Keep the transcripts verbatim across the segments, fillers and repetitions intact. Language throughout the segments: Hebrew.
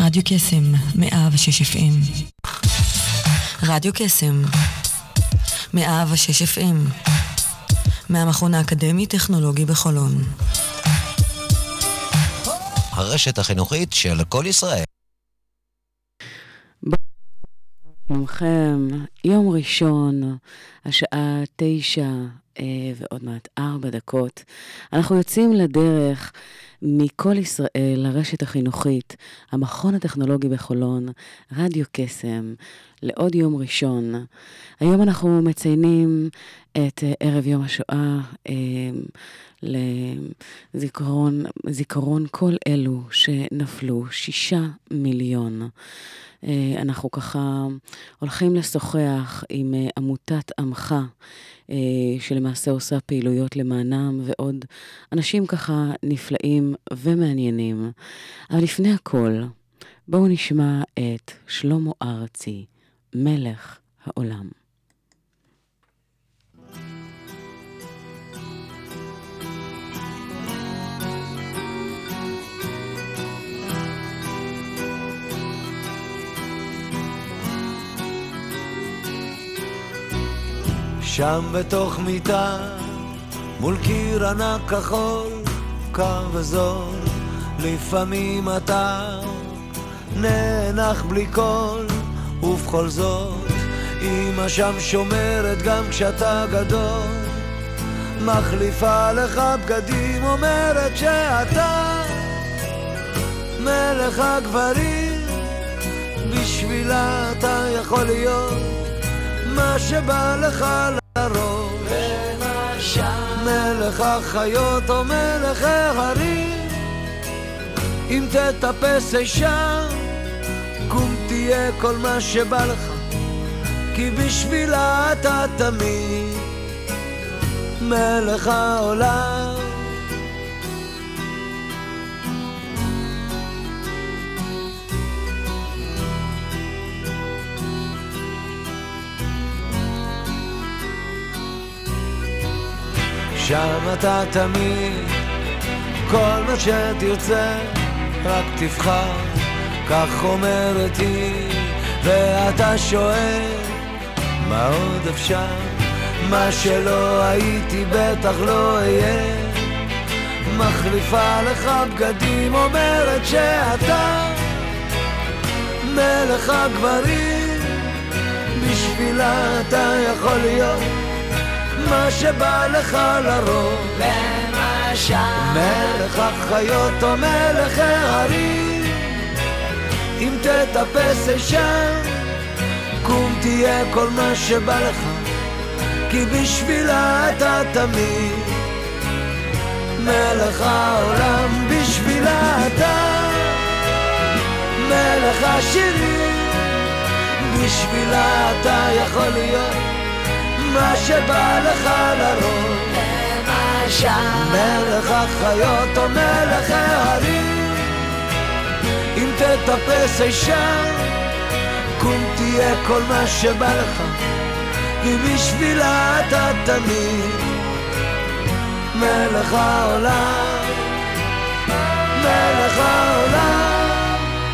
רדיו קסם, מאה ושש אף אם. רדיו קסם, מאה ושש אף אם. מהמכון האקדמי-טכנולוגי בחולון. הרשת החינוכית של כל ישראל. שלומכם, יום ראשון, השעה תשע ועוד מעט ארבע דקות. אנחנו יוצאים לדרך מכל ישראל, הרשת החינוכית, המכון הטכנולוגי בחולון, רדיו קסם, לעוד יום ראשון. היום אנחנו מציינים את ערב יום השואה, לזיכרון זיכרון כל אלו שנפלו, שישה מיליון. אנחנו ככה הולכים לשוחח עם עמותת עמך, שלמעשה עושה פעילויות למענם, ועוד אנשים ככה נפלאים ומעניינים. אבל לפני הכל, בואו נשמע את שלמה ארצי, מלך העולם. שם בתוך מיטה, מול קיר ענק כחול, קר וזול, לפעמים אתה נאנח בלי קול, ובכל זאת, אמא שם שומרת גם כשאתה גדול, מחליפה לך בגדים, אומרת שאתה מלך הגברים, בשבילה אתה יכול להיות מה שבא לך לראש, מלך החיות או מלך ההרים, אם תטפס אישה קום תהיה כל מה שבא לך, כי בשבילה אתה תמיד מלך העולם. שם אתה תמיד, כל מה שתרצה, רק תבחר, כך אומרת היא, ואתה שואל, מה עוד אפשר? מה שלא הייתי בטח לא אהיה, מחליפה לך בגדים, אומרת שאתה מלך הגברים, בשבילה אתה יכול להיות מה שבא לך לרוב, למשל מלך החיות או מלך ההרים, אם תטפס אישה קום תהיה כל מה שבא לך, כי בשבילה אתה תמיד מלך העולם, בשבילה אתה מלך השירים, בשבילה אתה יכול להיות מה שבא לך לרוב, למשל מלך החיות או מלך ההרים, אם תטפס אישה קום תהיה כל מה שבא לך, כי בשבילה אתה תמיד מלך העולם, מלך העולם,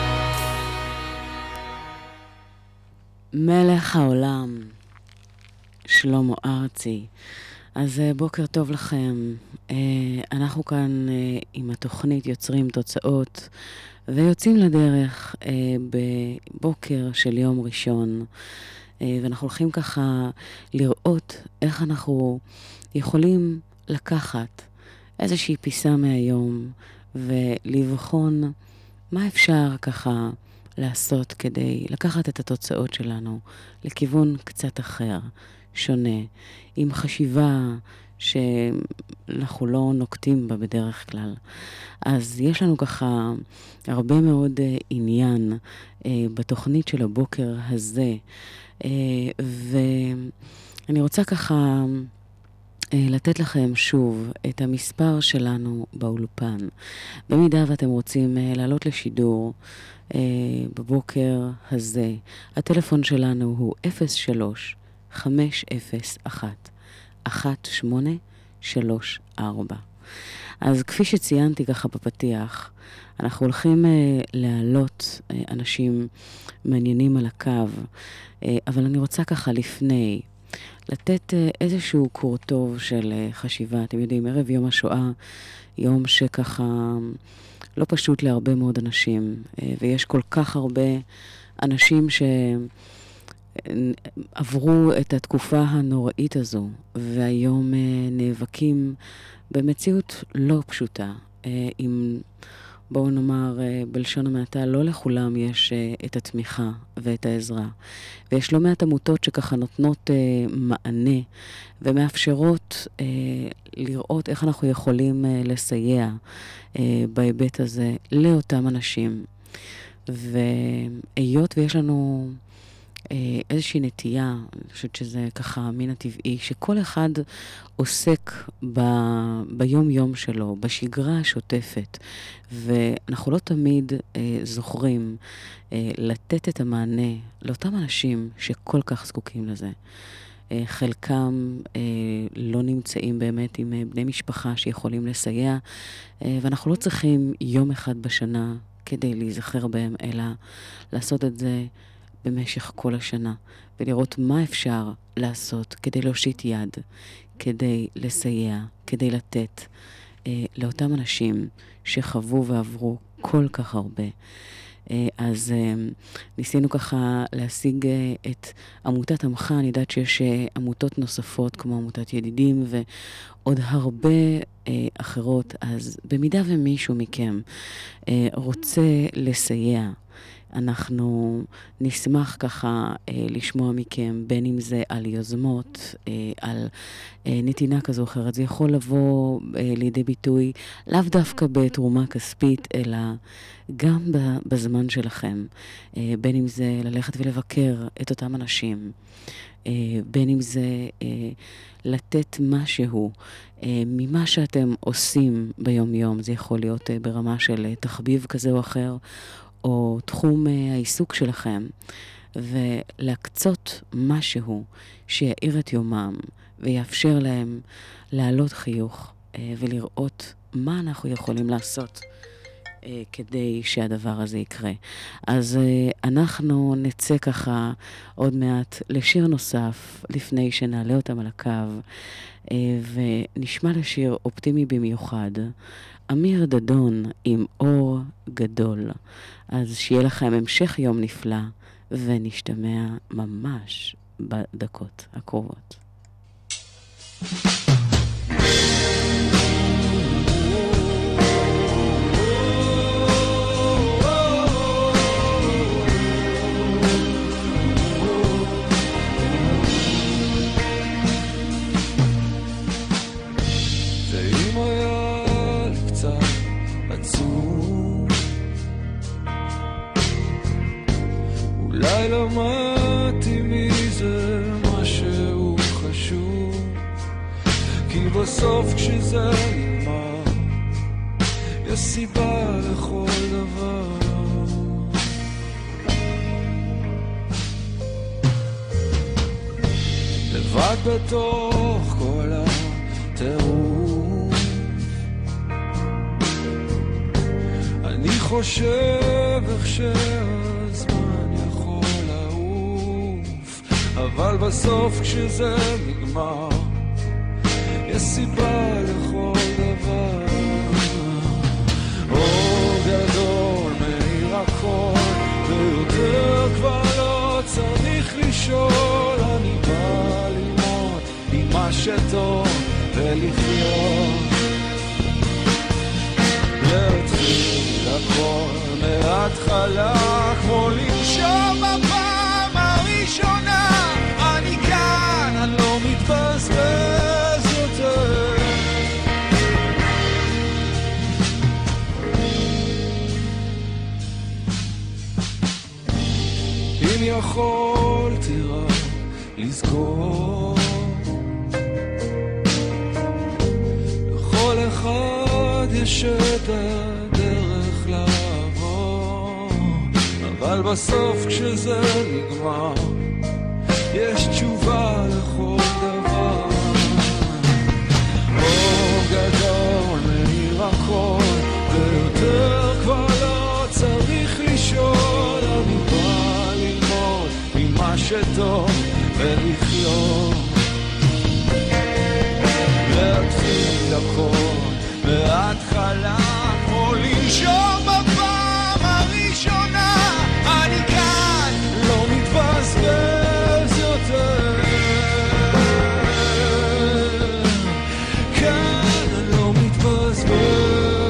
מלך העולם, שלמה ארצי. אז בוקר טוב לכם. אנחנו כאן עם התוכנית יוצרים תוצאות ויוצאים לדרך בבוקר של יום ראשון, ואנחנו הולכים ככה לראות איך אנחנו יכולים לקחת איזושהי פיסה מהיום ולבחון מה אפשר ככה לעשות כדי לקחת את התוצאות שלנו לכיוון קצת אחר, שונה, עם חשיבה שאנחנו לא נוקטים בה בדרך כלל. אז יש לנו ככה הרבה מאוד uh, עניין uh, בתוכנית של הבוקר הזה, uh, ואני רוצה ככה uh, לתת לכם שוב את המספר שלנו באולפן. במידה ואתם רוצים uh, לעלות לשידור uh, בבוקר הזה, הטלפון שלנו הוא אפס שלוש חמש אפס אחת אחת שמונה שלוש ארבע. אז כפי שציינתי ככה בפתיח, אנחנו הולכים אה, להעלות אה, אנשים מעניינים על הקו, אה, אבל אני רוצה ככה לפני, לתת אה, איזשהו קור טוב של אה, חשיבה. אתם יודעים, ערב יום השואה, יום שככה לא פשוט להרבה מאוד אנשים, אה, ויש כל כך הרבה אנשים שעברו את התקופה הנוראית הזו, והיום אה, נאבקים במציאות לא פשוטה, אה, עם... בואו נאמר, בלשון המעטה, לא לכולם יש את התמיכה ואת העזרה. ויש לא מעט עמותות שככה נותנות אה, מענה ומאפשרות אה, לראות איך אנחנו יכולים אה, לסייע אה, בהיבט הזה לאותם אנשים. והיות ויש לנו אה, איזושהי נטייה, אני חושבת שזה ככה מן הטבעי, שכל אחד עוסק ב, ביום יום שלו, בשגרה השוטפת, ואנחנו לא תמיד אה, זוכרים אה, לתת את המענה לאותם אנשים שכל כך זקוקים לזה. אה, חלקם אה, לא נמצאים באמת עם אה, בני משפחה שיכולים לסייע, אה, ואנחנו לא צריכים יום אחד בשנה כדי להיזכר בהם, אלא לעשות את זה במשך כל השנה, ולראות מה אפשר לעשות כדי להושיט יד, כדי לסייע, כדי לתת אה, לאותם אנשים שחוו ועברו כל כך הרבה. אה, אז אה, ניסינו ככה להשיג אה, את עמותת עמך. אני יודעת שיש אה, עמותות נוספות כמו עמותת ידידים ועוד הרבה אה, אחרות. אז במידה ומישהו מכם אה, רוצה לסייע, אנחנו נשמח ככה אה, לשמוע מכם, בין אם זה על יוזמות, אה, על אה, נתינה כזו או אחרת. זה יכול לבוא אה, לידי ביטוי לאו דווקא בתרומה כספית, אלא גם בזמן שלכם. אה, בין אם זה ללכת ולבקר את אותם אנשים, אה, בין אם זה אה, לתת משהו אה, ממה שאתם עושים ביום יום. זה יכול להיות אה, ברמה של אה, תחביב כזה או אחר, או תחום העיסוק שלכם, ולהקצות משהו שיעיר את יומם, ויאפשר להם לעלות חיוך, ולראות מה אנחנו יכולים לעשות כדי שהדבר הזה יקרה. אז אנחנו נצא ככה עוד מעט לשיר נוסף, לפני שנעלה אותם על הקו, ונשמע לשיר אופטימי במיוחד, אמיר דדון עם אור גדול. אז שיהיה לכם המשך יום נפלא, ונשתמע ממש בדקות הקרובות. אולי למדתי מזה משהו חשוב, כי בסוף כשזה נגמר יש סיבה לכל דבר. לבד בתוך כל הטירוף אני חושב איך שהזמן יכול לעוף, אבל בסוף כשזה נגמר יש סיבה לכל דבר. אור גדול מאיר הכל, ויותר כבר לא צריך לשאול. אני בא ללמוד עם מה שטוב ולחיות, להתחיל הכל מההתחלה, כמו לנשום בפעם הראשונה. אני כאן, אני לא מתבזבז יותר. אם יכולתי רק לזכור, לכל אחד יש את הדרך לעבור, אבל בסוף כשזה נגמר יש תשובה לכל דבר. אור גדול הכל, ויותר כבר לא צריך לשאול, אני בא ללמוד ממה שטוב ולחיות. להתחיל הכל בהתחלה, כמו לנשום בפעם הראשונה, אני כאן לא מתבזבז יותר, כאן לא מתבזבז.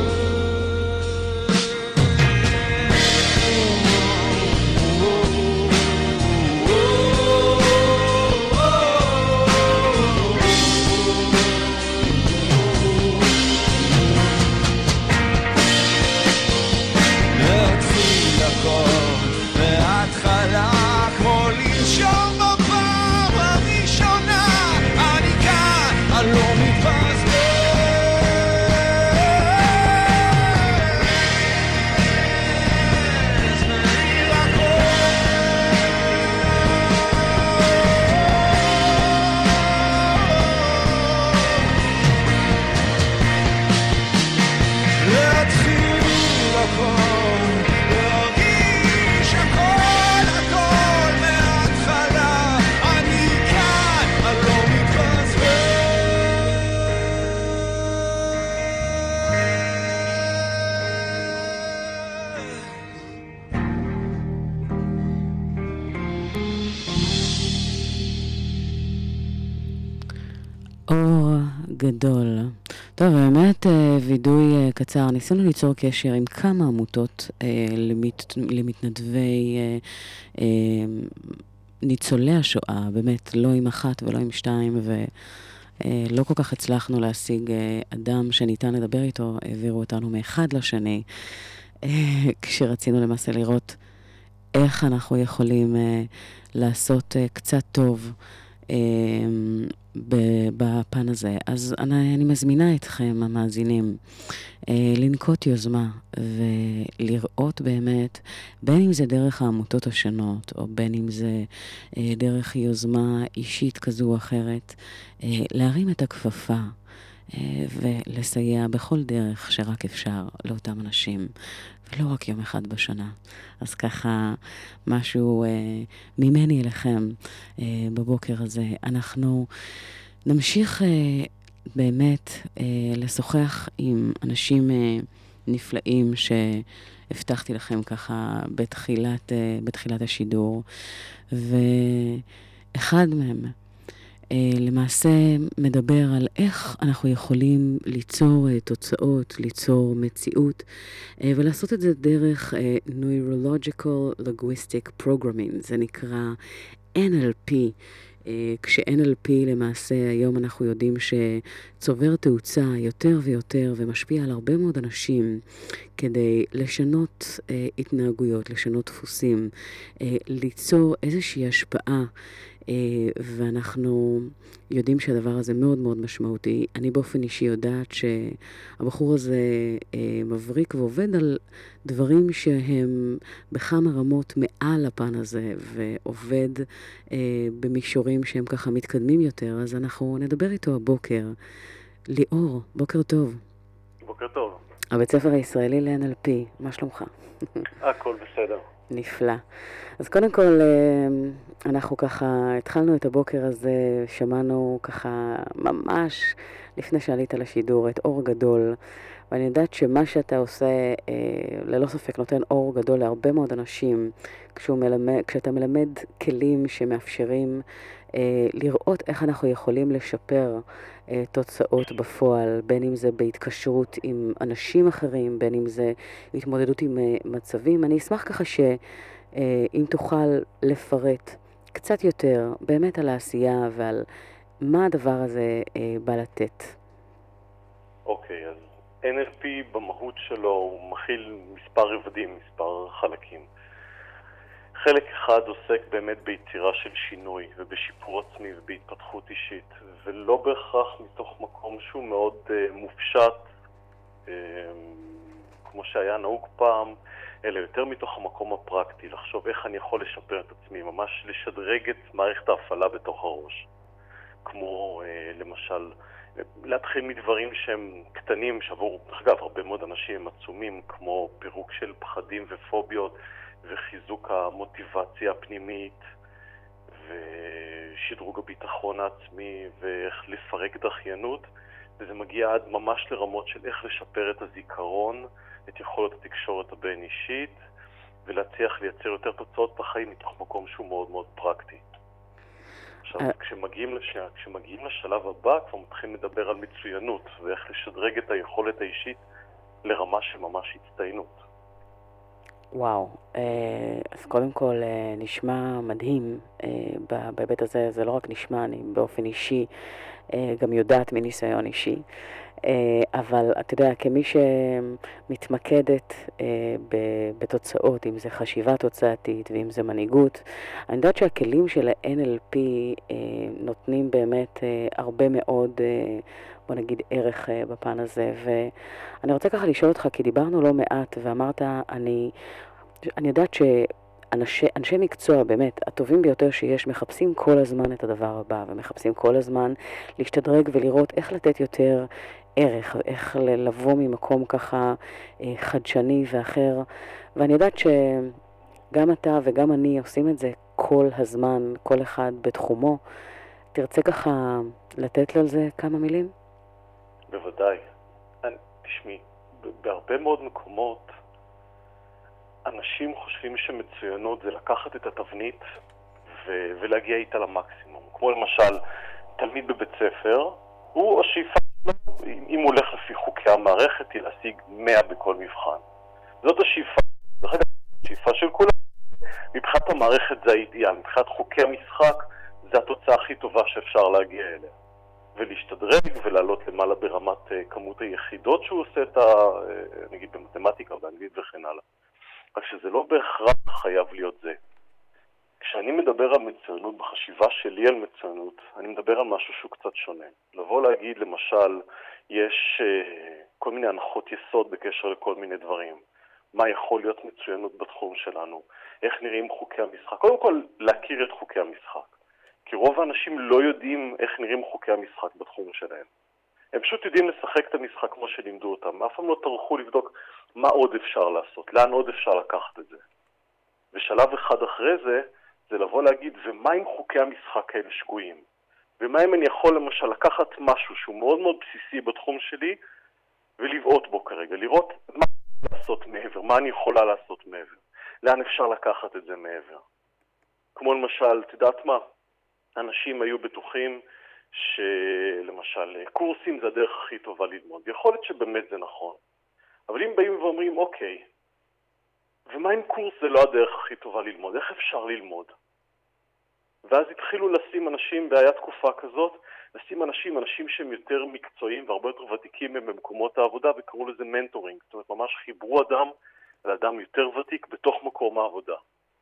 גדול. טוב, באמת וידוי קצר. ניסינו ליצור קשר עם כמה עמותות למת, למתנדבי ניצולי השואה, באמת לא עם אחת ולא עם שתיים, ולא כל כך הצלחנו להשיג אדם שניתן לדבר איתו. העבירו אותנו מאחד לשני, כשרצינו למעשה לראות איך אנחנו יכולים לעשות קצת טוב בפן הזה. אז אני, אני מזמינה אתכם, המאזינים, לנקוט יוזמה ולראות באמת, בין אם זה דרך העמותות השונות, או בין אם זה דרך יוזמה אישית כזו או אחרת, להרים את הכפפה ולסייע בכל דרך שרק אפשר לאותם אנשים, ולא רק יום אחד בשנה. אז ככה משהו אה, ממני אליכם אה, בבוקר הזה. אנחנו נמשיך אה, באמת אה, לשוחח עם אנשים אה, נפלאים שהבטחתי לכם ככה בתחילת, אה, בתחילת השידור, ואחד מהם למעשה מדבר על איך אנחנו יכולים ליצור תוצאות, ליצור מציאות, ולעשות את זה דרך Neurological Linguistic Programming, זה נקרא אן אל פי. כש-אן אל פי למעשה היום אנחנו יודעים שצובר תאוצה יותר ויותר ומשפיע על הרבה מאוד אנשים כדי לשנות אה, התנהגויות, לשנות דפוסים, אה, ליצור איזושהי השפעה, אה, ואנחנו יודעים שהדבר הזה מאוד מאוד משמעותי. אני באופן אישי יודעת שהבחור הזה אה, מבריק ועובד על דברים שהם בכמה רמות מעל הפן הזה, ועובד אה, במישורים שהם ככה מתקדמים יותר, אז אנחנו נדבר איתו הבוקר. ליאור, בוקר טוב. בוקר טוב. הבית ספר הישראלי ל-אן אל פי, מה שלומך? הכל בסדר. נפלא. אז קודם כל, אנחנו ככה התחלנו את הבוקר הזה, שמענו ככה ממש לפני שעלית לשידור את אור גדול, ואני יודעת שמה שאתה עושה ללא ספק נותן אור גדול להרבה מאוד אנשים, מלמד, כשאתה מלמד כלים שמאפשרים לראות איך אנחנו יכולים לשפר תוצאות בפועל, בין אם זה בהתקשרות עם אנשים אחרים, בין אם זה התמודדות עם מצבים. אני אשמח ככה שאם תוכל לפרט קצת יותר באמת על העשייה ועל מה הדבר הזה בא לתת. אוקיי, אז אן אל פי במהות שלו הוא מכיל מספר רבדים, מספר חלקים. חלק אחד עוסק באמת ביצירה של שינוי ובשיפור עצמי ובהתפתחות אישית, ולא בהכרח מתוך מקום שהוא מאוד uh, מופשט, uh, כמו שהיה נהוג פעם, אלא יותר מתוך המקום הפרקטי, לחשוב איך אני יכול לשפר את עצמי, ממש לשדרג את מערכת ההפעלה בתוך הראש. כמו uh, למשל להתחיל מדברים שהם קטנים, שעבור, אגב, הרבה מאוד אנשים הם עצומים, כמו פירוק של פחדים ופוביות, וחיזוק המוטיבציה הפנימית, ושדרוג הביטחון העצמי, ואיך לפרק דחיינות, וזה מגיע עד ממש לרמות של איך לשפר את הזיכרון, את יכולת התקשורת הבין-אישית, ולהצליח לייצר יותר תוצאות בחיים מתוך מקום שהוא מאוד מאוד פרקטי. עכשיו, כשמגיעים, לש... כשמגיעים לשלב הבא, כבר מתחילים לדבר על מצוינות, ואיך לשדרג את היכולת האישית לרמה של ממש הצטיינות. וואו, אז קודם כל נשמע מדהים בהיבט הזה, זה לא רק נשמע, אני באופן אישי גם יודעת מניסיון אישי, אבל אתה יודע, כמי שמתמקדת בתוצאות, אם זה חשיבה תוצאתית ואם זה מנהיגות, אני יודעת שהכלים של ה-אן אל פי נותנים באמת הרבה מאוד, בוא נגיד, ערך בפן הזה, ואני רוצה ככה לשאול אותך, כי דיברנו לא מעט ואמרת, אני, אני יודעת שאנשי אנשי מקצוע באמת, הטובים ביותר שיש, מחפשים כל הזמן את הדבר הבא, ומחפשים כל הזמן להשתדרג ולראות איך לתת יותר ערך, איך לבוא ממקום ככה חדשני ואחר, ואני יודעת שגם אתה וגם אני עושים את זה כל הזמן, כל אחד בתחומו. תרצה ככה לתת על זה כמה מילים? בוודאי. אני, תשמעי, בהרבה מאוד מקומות אנשים חושבים שמצוינות זה לקחת את התבנית ו- ולהגיע איתה למקסימום. כמו למשל, תלמיד בבית ספר, הוא השאיפה שלו, אם הוא הולך לפי חוקי המערכת, היא להשיג מאה בכל מבחן. זאת השאיפה, דרך אגב, השאיפה של כולם. מבחינת המערכת זה האידיאל, מבחינת חוקי המשחק זה התוצאה הכי טובה שאפשר להגיע אליה. ולהשתדרג ולעלות למעלה ברמת כמות היחידות שהוא עושה את ה... נגיד במתמטיקה, באנגלית וכן הלאה. רק שזה לא בהכרח חייב להיות זה. כשאני מדבר על מצוינות, בחשיבה שלי על מצוינות, אני מדבר על משהו שהוא קצת שונה. לבוא להגיד, למשל, יש uh, כל מיני הנחות יסוד בקשר לכל מיני דברים. מה יכול להיות מצוינות בתחום שלנו? איך נראים חוקי המשחק? קודם כל, להכיר את חוקי המשחק. כי רוב האנשים לא יודעים איך נראים חוקי המשחק בתחום שלהם. הם פשוט יודעים לשחק את המשחק כמו שלימדו אותם. אף פעם לא טרחו לבדוק מה עוד אפשר לעשות, לאן עוד אפשר לקחת את זה. ושלב אחד אחרי זה, זה לבוא להגיד, ומה אם חוקי המשחק האלה שגויים? ומה אם אני יכול למשל לקחת משהו שהוא מאוד מאוד בסיסי בתחום שלי, ולבעוט בו כרגע, לראות מה אני יכול לעשות מעבר, מה אני יכולה לעשות מעבר, לאן אפשר לקחת את זה מעבר. כמו למשל, תדעת מה? אנשים היו בטוחים שלמשל קורסים זה הדרך הכי טובה ללמוד. יכול להיות שבאמת זה נכון. אבל אם באים ואומרים, אוקיי, ומה אם קורס זה לא הדרך הכי טובה ללמוד? איך אפשר ללמוד? ואז התחילו לשים אנשים, והיה תקופה כזאת, לשים אנשים, אנשים שהם יותר מקצועיים והרבה יותר ותיקים הם במקומות העבודה, וקראו לזה מנטורינג. זאת אומרת, ממש חיברו אדם לאדם יותר ותיק בתוך מקום העבודה.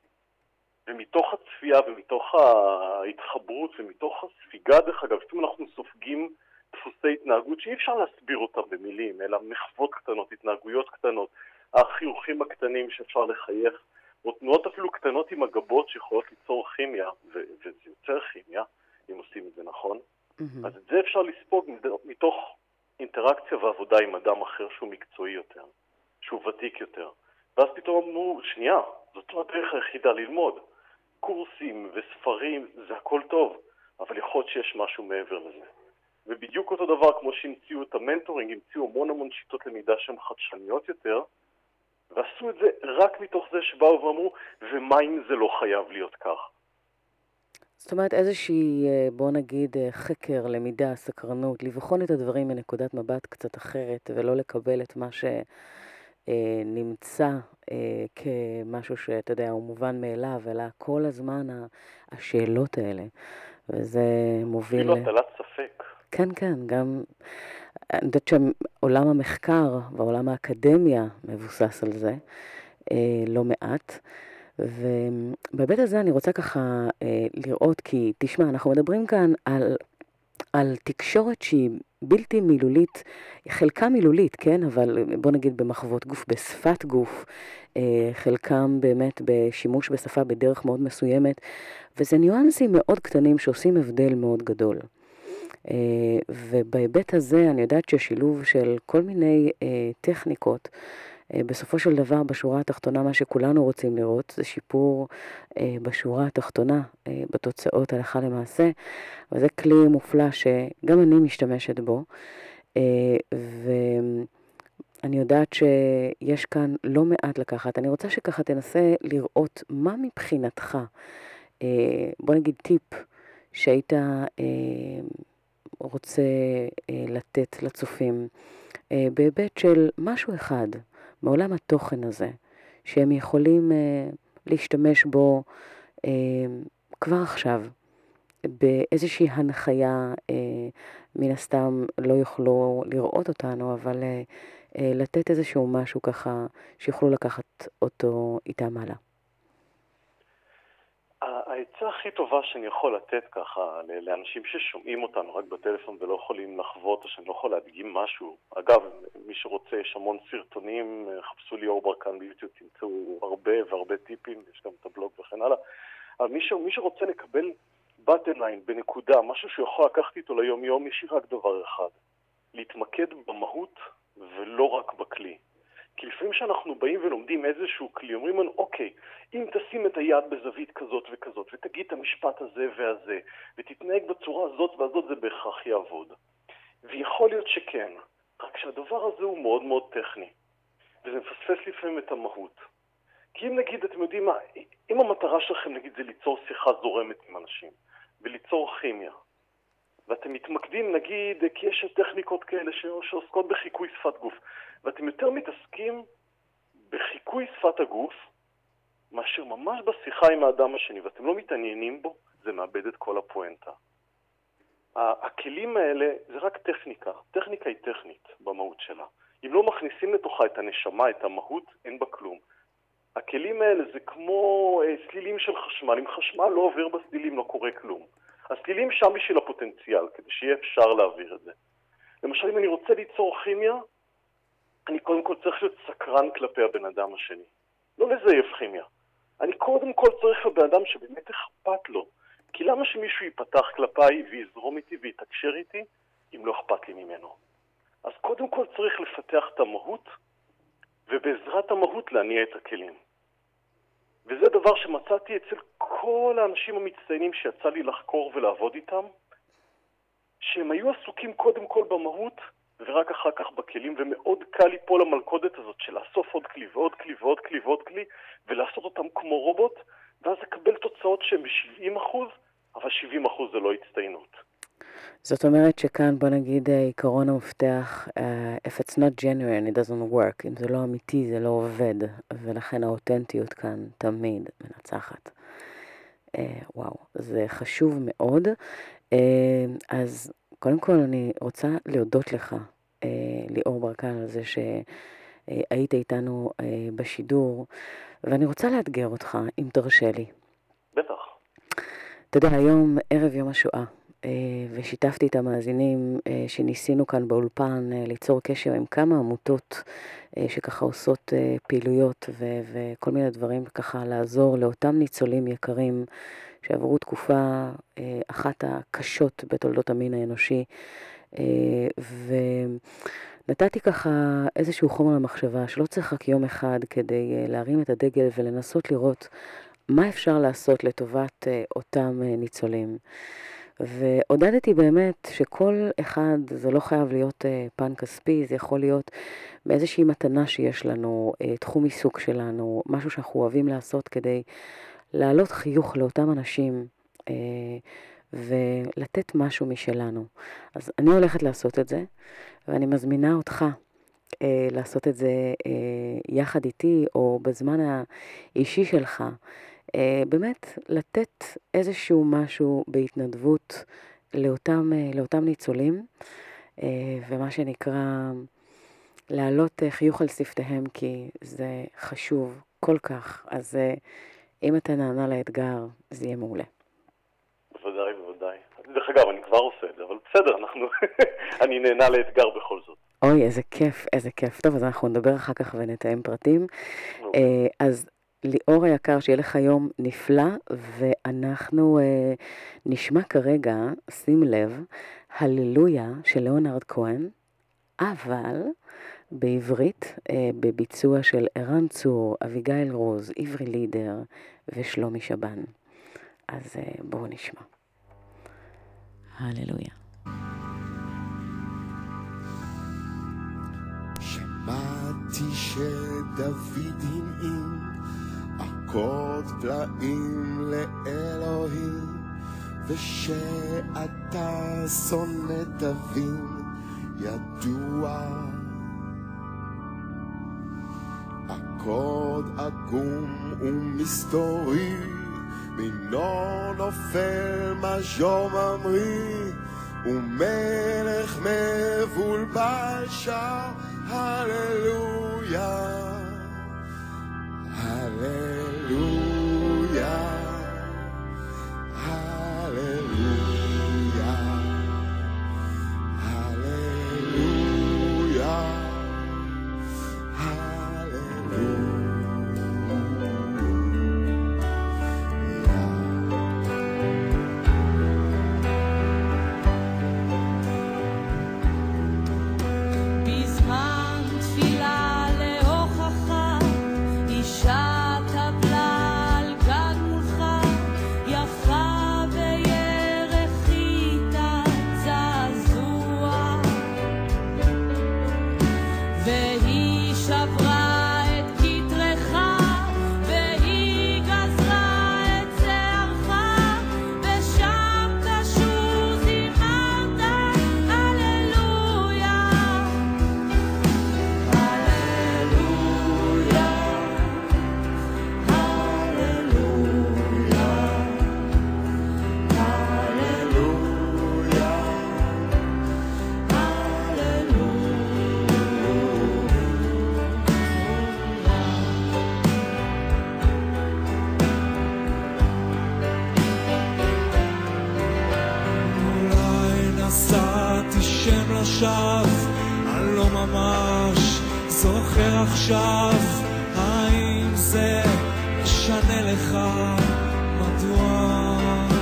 ומתוך הצפייה ומתוך ההתחברות ומתוך הספיגה, דרך אגב, לפעמים אנחנו סופגים דפוסי התנהגות שאי אפשר להסביר אותם במילים, אלא מחוות קטנות, התנהגויות קטנות, החיוכים הקטנים שאפשר לחייך, או תנועות אפילו קטנות עם הגבות שיכולות ליצור כימיה, ו- וזה יוצר כימיה, אם עושים את זה נכון. Mm-hmm. אז את זה אפשר לספוג מתוך אינטראקציה ועבודה עם אדם אחר שהוא מקצועי יותר, שהוא ותיק יותר. ואז פתאום אמרו, שנייה, זאת לא הדרך היחידה ללמוד. קורסים וספרים, זה הכל טוב, אבל יכול להיות שיש משהו מעבר לזה. ובדיוק אותו דבר, כמו שהמציאו את המנטורינג, המציאו המון המון שיטות למידה שהן חדשניות יותר, ועשו את זה רק מתוך זה שבאו ואמרו, ומה אם זה לא חייב להיות כך? זאת אומרת, איזושהי, בוא נגיד, חקר, למידה, סקרנות, לבחון את הדברים מנקודת מבט קצת אחרת, ולא לקבל את מה שנמצא כמשהו שאתה יודע, הוא מובן מאליו, אלא כל הזמן השאלות האלה. וזה מוביל... אפילו הטלת ספק. כן, כן, גם... אני יודעת שעולם המחקר ועולם האקדמיה מבוסס על זה, לא מעט. ובהיבט הזה אני רוצה ככה לראות, כי תשמע, אנחנו מדברים כאן על, על תקשורת שהיא בלתי מילולית, חלקה מילולית, כן? אבל בוא נגיד במחוות גוף, בשפת גוף, חלקם באמת בשימוש בשפה בדרך מאוד מסוימת, וזה ניואנסים מאוד קטנים שעושים הבדל מאוד גדול. ובהיבט הזה אני יודעת ששילוב של כל מיני טכניקות, בסופו של דבר בשורה התחתונה מה שכולנו רוצים לראות זה שיפור בשורה התחתונה, בתוצאות הלכה למעשה, וזה כלי מופלא שגם אני משתמשת בו, ואני יודעת שיש כאן לא מעט לקחת. אני רוצה שככה תנסה לראות מה מבחינתך, בוא נגיד טיפ שהיית רוצה לתת לצופים, בהיבט של משהו אחד, מעולם התוכן הזה, שהם יכולים uh, להשתמש בו uh, כבר עכשיו, באיזושהי הנחיה, uh, מן הסתם לא יוכלו לראות אותנו, אבל uh, uh, לתת איזשהו משהו ככה, שיוכלו לקחת אותו איתם הלאה. העצה הכי טובה שאני יכול לתת ככה לאנשים ששומעים אותנו רק בטלפון ולא יכולים לחוות או שאני לא יכול להדגים משהו. אגב, מי שרוצה, יש המון סרטונים, חפשו ליאור ברקן ביוטיוב, תמצאו הרבה והרבה טיפים, יש גם את הבלוג וכן הלאה. אבל מי, ש... מי שרוצה לקבל bottom line בנקודה, משהו שיכול לקחת איתו ליום יום, יש רק דבר אחד, להתמקד במהות ולא רק בכלי. כי לפעמים שאנחנו באים ולומדים איזשהו כלי, אומרים לנו, אוקיי, אם תשים את היד בזווית כזאת וכזאת, ותגיד את המשפט הזה והזה, ותתנהג בצורה הזאת והזאת, זה בהכרח יעבוד. ויכול להיות שכן, רק שהדבר הזה הוא מאוד מאוד טכני, וזה מפספס לפעמים את המהות. כי אם נגיד, אתם יודעים מה, אם המטרה שלכם, נגיד, זה ליצור שיחה זורמת עם אנשים, וליצור כימיה, ואתם מתמקדים, נגיד, כי יש טכניקות כאלה שעוסקות בחיקוי שפת גוף, ואתם יותר מתעסקים בחיקוי שפת הגוף, מאשר ממש בשיחה עם האדם השני, ואתם לא מתעניינים בו, זה מאבד את כל הפואנטה. הכלים האלה זה רק טכניקה. טכניקה היא טכנית במהות שלה. אם לא מכניסים לתוכה את הנשמה, את המהות, אין בה כלום. הכלים האלה זה כמו סלילים של חשמל. אם חשמל לא עובר בסלילים, לא קורה כלום. הסלילים שם בשביל הפוטנציאל, כדי שיהיה אפשר להעביר את זה. למשל, אם אני רוצה ליצור כימיה, אני קודם כל צריך להיות סקרן כלפי הבן אדם השני. לא לזייף כימיה. אני קודם כל צריך לבן אדם שבאמת אכפת לו. כי למה שמישהו ייפתח כלפיי ויזרום איתי ויתקשר איתי, אם לא אכפת לי ממנו? אז קודם כל צריך לפתח את המהות, ובעזרת המהות להניע את הכלים. וזה דבר שמצאתי אצל כל האנשים המצטיינים שיצא לי לחקור ולעבוד איתם, שהם היו עסוקים קודם כל במהות, ורק אחר כך בכלים, ומאוד קל ליפול למלכודת הזאת של לאסוף עוד כלי ועוד כלי ועוד כלי ועוד כלי, ולעשות אותם כמו רובוט, ואז לקבל תוצאות שהן ב-שבעים אחוז, אבל שבעים אחוז זה לא הצטיינות. זאת אומרת שכאן בוא נגיד עיקרון המפתח, uh, if it's not genuine, it doesn't work. אם זה לא אמיתי, זה לא עובד, ולכן האותנטיות כאן תמיד מנצחת. Uh, וואו, זה חשוב מאוד. Uh, אז קודם כל אני רוצה להודות לך, uh, ליאור ברקן, על זה שהיית איתנו uh, בשידור, ואני רוצה לאתגר אותך, אם תרשה לי. בטח. אתה יודע, היום ערב יום השואה, ושיתפתי את המאזינים שניסינו כאן באולפן ליצור קשר עם כמה עמותות שככה עושות פעילויות ו- וכל מיני דברים, ככה לעזור לאותם ניצולים יקרים שעברו תקופה אחת הקשות בתולדות המין האנושי, ונתתי ככה איזשהו חומר למחשבה שלא צריך רק יום אחד כדי להרים את הדגל ולנסות לראות מה אפשר לעשות לטובת אותם ניצולים. ועודדתי באמת שכל אחד, זה לא חייב להיות אה, פן כספי, זה יכול להיות באיזושהי מתנה שיש לנו, אה, תחום עיסוק שלנו, משהו שאנחנו אוהבים לעשות כדי להעלות חיוך לאותם אנשים אה, ולתת משהו משלנו. אז אני הולכת לעשות את זה, ואני מזמינה אותך אה, לעשות את זה אה, יחד איתי או בזמן האישי שלך, Uh, באמת לתת איזשהו משהו בהתנדבות לאותם, uh, לאותם ניצולים, uh, ומה שנקרא להעלות uh, חיוך על שפתיהם, כי זה חשוב כל כך. אז uh, אם אתה נענה לאתגר, זה יהיה מעולה. בוודאי, בוודאי. דרך אגב, אני כבר עושה את זה, אבל בסדר, אנחנו... אני נהנה לאתגר בכל זאת. אוי, איזה כיף, איזה כיף. טוב, אז אנחנו נדבר אחר כך ונתאם פרטים. Uh, אז ליאור היקר, שיהיה לך יום נפלא, ואנחנו אה, נשמע כרגע, שים לב, הללויה של ליאונרד כהן, אבל בעברית, אה, בביצוע של ערן צור, אביגיל רוז, עברי לידר ושלומי שבן. אז אה, בואו נשמע. הללויה. שמעתי שדוד הנעים אקורד פלאים לאלוהים, ושאתה שונא תבין ידוע. אקורד עגום ומסתורי, מינו נופל מז'ור ממריא, ומלך מבולבל שר הללויה, הללויה, הללויה, הללויה, אני לא ממש זוכר עכשיו, האם זה משנה לך מדוע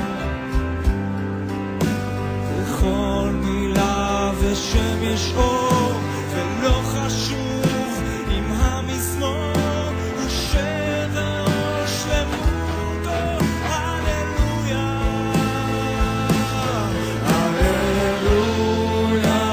בכל מילה ושם יש אור, ולא חשוב אם המזמור הוא שבר או שלמות או הללויה, הללויה,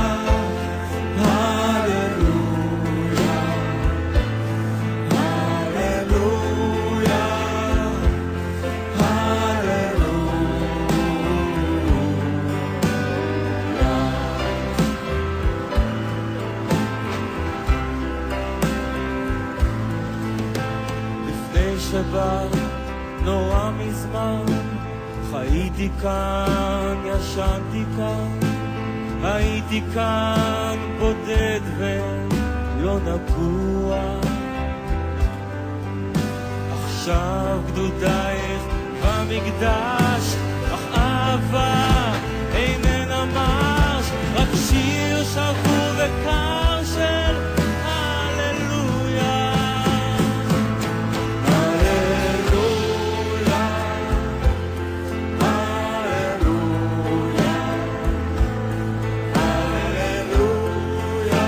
שבת נורא מזמן חייתי כאן, ישנתי כאן, הייתי כאן בודד ולא נגוע. עכשיו גדודייך במקדש, אך אהבה איננה מש, רק שיר שבור וקר של הללויה, הללויה, הללויה, הללויה,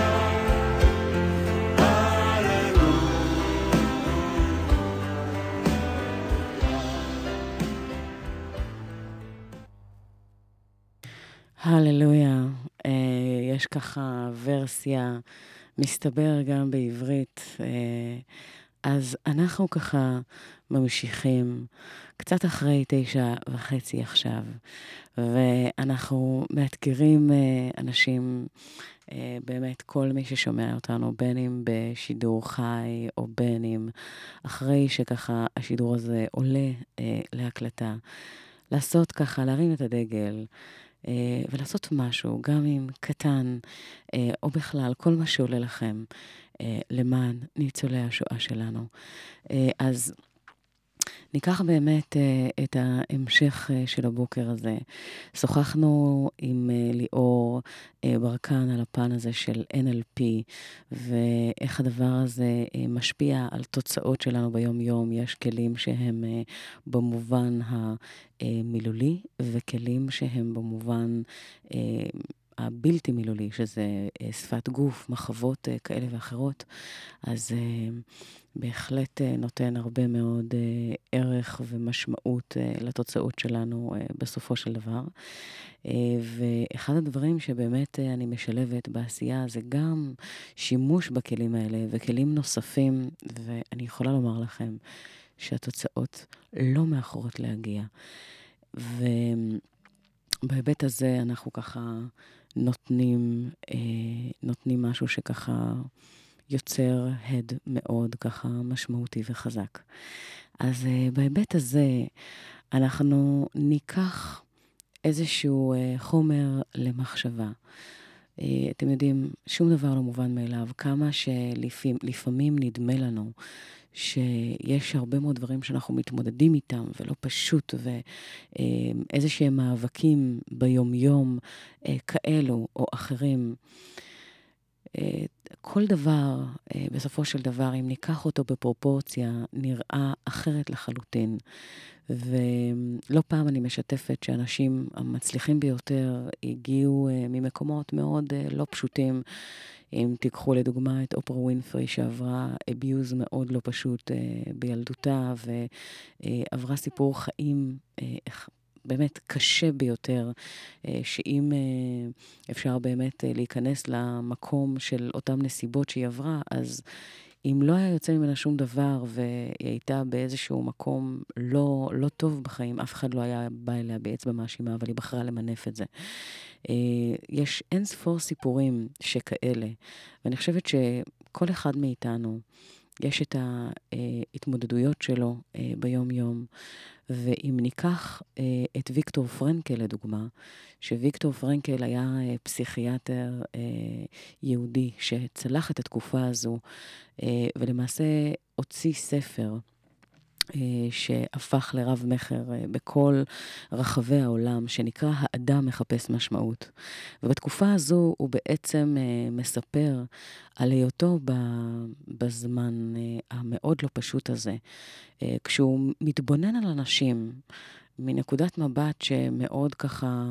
הללויה. אה, יש ככה ורסיה, מסתבר גם בעברית. אה, אז אנחנו ככה ממשיכים קצת אחרי תשע וחצי עכשיו, ואנחנו מאתגרים אה, אנשים, אה, באמת כל מי ששומע אותנו, בין אם בשידור חי או בין אם אחרי שככה השידור הזה עולה אה, להקלטה, לעשות ככה, להרים את הדגל, Uh, ולעשות משהו, גם אם קטן, uh, או בכלל, כל מה שעולה לכם, uh, למען ניצולי השואה שלנו. Uh, אז ניקח באמת uh, את ההמשך uh, של הבוקר הזה. שוחחנו עם uh, ליאור uh, ברקן על הפן הזה של אן אל פי, ואיך הדבר הזה uh, משפיע על תוצאות שלנו ביום יום. יש כלים שהם uh, במובן המילולי, וכלים שהם במובן uh, הבלתי מילולי, שזה uh, שפת גוף, מחוות uh, כאלה ואחרות. אז uh, בהחלט uh, נותן הרבה מאוד uh, ערך ומשמעות uh, לתוצאות שלנו uh, בסופו של דבר. Uh, ואחד הדברים שבאמת uh, אני משלבת בעשייה זה גם שימוש בכלים האלה וכלים נוספים, ואני יכולה לומר לכם שהתוצאות לא מאחורות להגיע. ובהיבט הזה אנחנו ככה נותנים, uh, נותנים משהו שככה יוצר הד מאוד ככה משמעותי וחזק. אז uh, בהיבט הזה אנחנו ניקח איזשהו uh, חומר למחשבה. Uh, אתם יודעים, שום דבר לא מובן מאליו, כמה שלפעמים נדמה לנו שיש הרבה מאוד דברים שאנחנו מתמודדים איתם ולא פשוט, ואיזה שהם מאבקים ביום-יום uh, כאלו או אחרים. כל דבר, בסופו של דבר, אם ניקח אותו בפרופורציה, נראה אחרת לחלוטין. ולא פעם אני משתפת שאנשים המצליחים ביותר הגיעו ממקומות מאוד לא פשוטים. אם תיקחו לדוגמה את אופרה ווינפרי, שעברה אביוז מאוד לא פשוט בילדותה, ועברה סיפור חיים באמת קשה ביותר, שאם אפשר באמת להיכנס למקום של אותם נסיבות שהיא עברה, אז אם לא היה יוצא ממנה שום דבר, והיא הייתה באיזשהו מקום לא, לא טוב בחיים, אף אחד לא היה בא אליה באצבע מאשימה, אבל היא בחרה למנף את זה. יש אין ספור סיפורים שכאלה, ואני חושבת שכל אחד מאיתנו, יש את ההתמודדויות שלו ביום יום, ואם ניקח את ויקטור פרנקל לדוגמה, שוויקטור פרנקל היה פסיכיאטר יהודי שצלח את התקופה הזו, ולמעשה הוציא ספר שהפך לרב מחר בכל רחבי העולם, שנקרא האדם מחפש משמעות. ובתקופה הזו הוא בעצם מספר על היותו בזמן המאוד לא פשוט הזה, כשהוא מתבונן על אנשים מנקודת מבט שמאוד ככה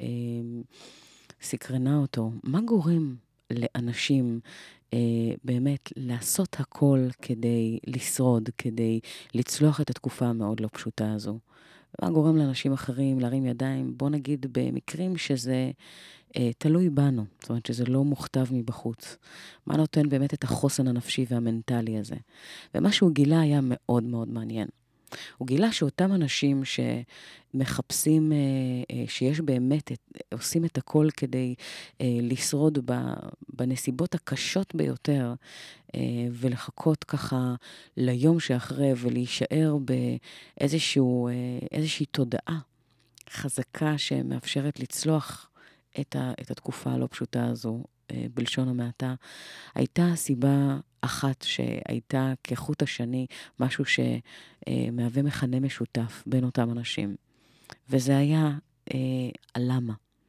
סקרנה אותו. מה גורם לאנשים באמת לעשות הכל כדי לשרוד, כדי לצלוח את התקופה המאוד לא פשוטה הזו? מה גורם לאנשים אחרים להרים ידיים? בוא נגיד במקרים שזה אה, תלוי בנו, זאת אומרת שזה לא מוכתב מבחוץ. מה נותן באמת את החוסן הנפשי והמנטלי הזה? ומה שהוא גילה היה מאוד מאוד מעניין. הוא גילה שאותם אנשים שמחפשים, שיש באמת, עושים את הכל כדי לשרוד בנסיבות הקשות ביותר, ולחכות ככה ליום שאחרי, ולהישאר באיזשהו, איזושהי תודעה חזקה שמאפשרת לצלוח את, ה, את התקופה הלא פשוטה הזו, בלשון המעטה. הייתה סיבה אחת שהייתה כחוט השני, משהו שמהווה מכנה משותף בין אותם אנשים. וזה היה אה, הלמה.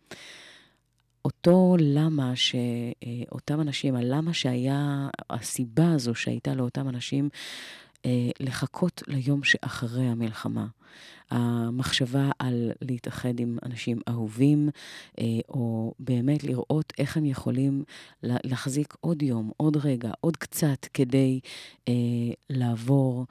אותו למה שאותם אנשים, הלמה שהיה, הסיבה הזו שהייתה לאותם אנשים, אה, לחכות ליום שאחרי המלחמה. המחשבה על להתאחד עם אנשים אהובים, או באמת לראות איך הם יכולים להחזיק עוד יום, עוד רגע, עוד קצת, כדי לעבור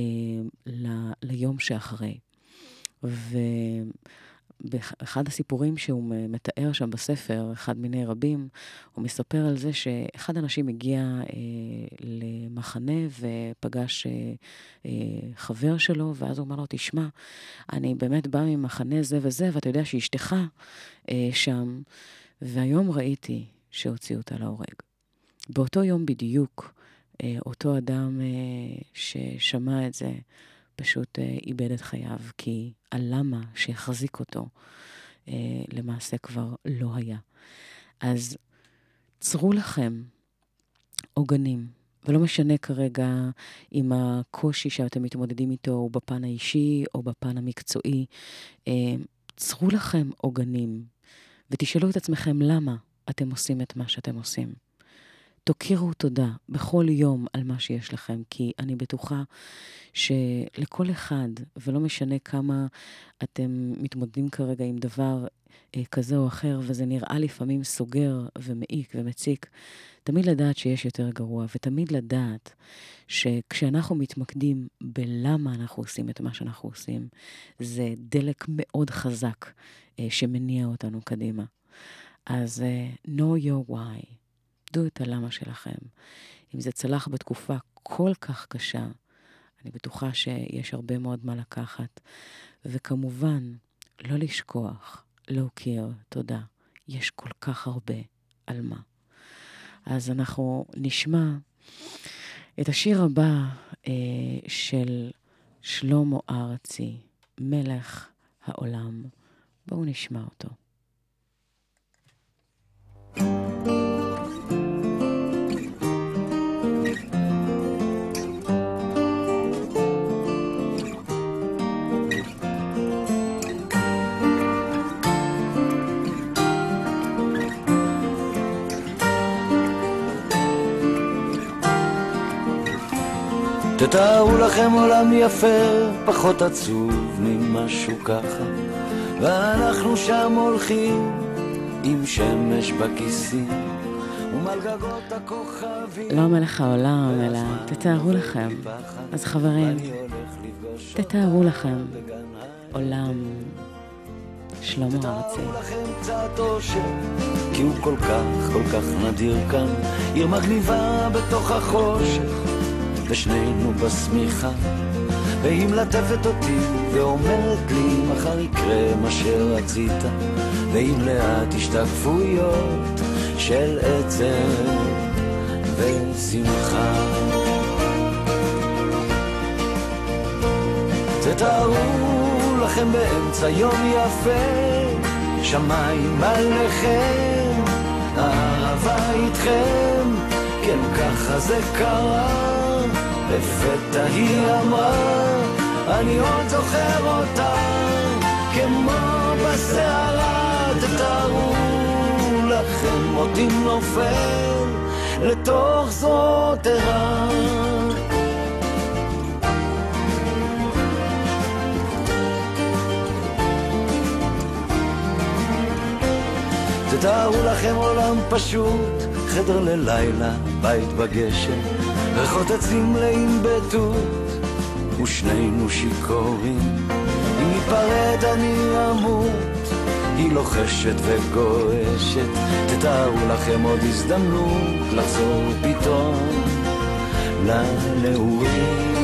ליום שאחרי. ו... באחד הסיפורים שהוא מתאר שם בספר, אחד מיני רבים, הוא מספר על זה שאחד האנשים הגיע אה, למחנה ופגש אה, אה, חבר שלו, ואז הוא אמר לו, תשמע, אני באמת בא ממחנה זה וזה, ואתה יודע שאשתך אה, שם, והיום ראיתי שהוציאו אותה להורג. באותו יום בדיוק, אה, אותו אדם אה, ששמע את זה, פשוט אה, איבד את חייו, כי הלמה שהחזיק אותו אה, למעשה כבר לא היה. אז צרו לכם עוגנים ולא משנה כרגע אם הקושי שאתם מתמודדים איתו הוא בפן האישי או בפן המקצועי. צרו לכם עוגנים, ותשאלו את עצמכם למה אתם עושים את מה שאתם עושים. תוקירו תודה בכל יום על מה שיש לכם, כי אני בטוחה שלכל אחד, ולא משנה כמה אתם מתמודדים כרגע עם דבר אה, כזה או אחר, וזה נראה לפעמים סוגר ומעיק ומציק, תמיד לדעת שיש יותר גרוע, ותמיד לדעת שכשאנחנו מתמקדים בלמה אנחנו עושים את מה שאנחנו עושים, זה דלק מאוד חזק אה, שמניע אותנו קדימה. אז uh, know your why. דעו את הלמה שלכם. אם זה צלח בתקופה כל כך קשה, אני בטוחה שיש הרבה מאוד מה לקחת. וכמובן, לא לשכוח, להוקיר, תודה. יש כל כך הרבה על מה. אז אנחנו נשמע את השיר הבא אה, של שלמה ארצי, מלך העולם. בואו נשמע אותו. תתארו לכם עולם יפה, פחות עצוב ממשהו ככה, ואנחנו שם הולכים עם שמש בכיסים ומעל גגות הכוכבים. לא מלך העולם, אלא תתארו לכם. אז חברים, תתארו לכם עולם שלמה ארצי. תתארו לכם קצת אושר, כי הוא כל כך כל כך נדיר כאן, עיר מגניבה בתוך החושך, ושנינו בסמיכה, והיא מלטפת אותי ואומרת לי מחר יקרה מה שרצית, ועם לאט השתקפויות של עצב ושמחה. תתארו לכם באמצע יום יפה, שמיים עליכם, אהבה איתכם, כן ככה זה קרה. לפתע היא אמרה, אני עוד זוכר אותה, כמו בסערה. תתארו לכם אותי נופל לתוך זרועותיה. תתארו לכם עולם פשוט, חדר ללילה, בית בגשם, ריחות עצים מלאים בתות, ושנינו שיכורים. אם ניפרד אני אמות, היא לוחשת וגועשת. תתארו לכם עוד הזדמנות לחזור פתאום לנעורים.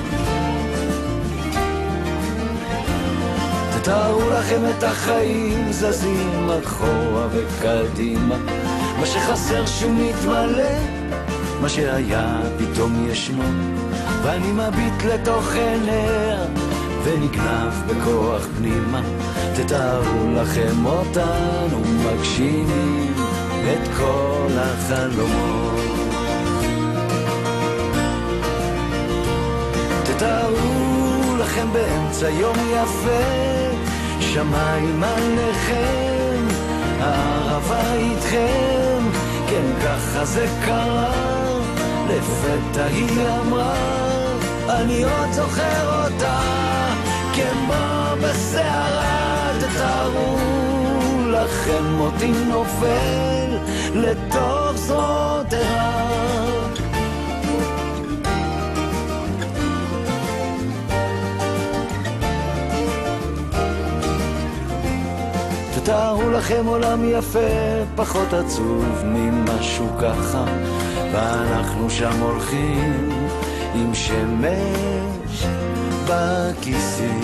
תתארו לכם את החיים זזים אחורה וקדימה, מה שחסר שמתמלא, מה שהיה פתאום ישנו, ואני מביט לתוך עיניה ונגנב בכוח פנימה. תתארו לכם אותנו מגשימים את כל החלומות. תתארו לכם באמצע יום יפה, שמיים עליכם, אהבה איתכם, כן ככה זה קרה. לפתע היא אמרה, אני עוד זוכר אותה, כמו בסערה. תתארו לכם אותי נופל לתוך זרועותיה. תתארו לכם עולם יפה, פחות עצוב ממשהו ככה, ואנחנו שם הולכים עם שמש בכיסים.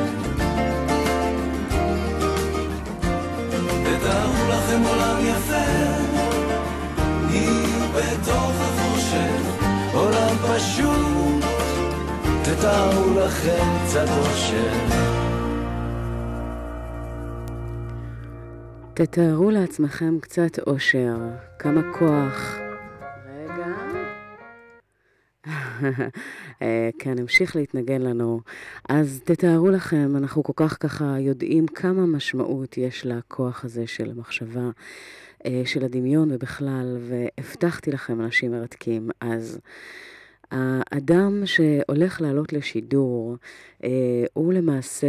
תתארו לכם עולם יפה, היא בתוך החושך, עולם פשוט, תתארו לכם קצת אושר. תתארו לעצמכם קצת אושר, כמה כוח. רגע. כן, המשיך להתנגן לנו. אז תתארו לכם, אנחנו כל כך ככה יודעים כמה משמעות יש לכוח הזה של המחשבה, של הדמיון ובכלל, והבטחתי לכם אנשים מרתקים. אז האדם שהולך לעלות לשידור, הוא למעשה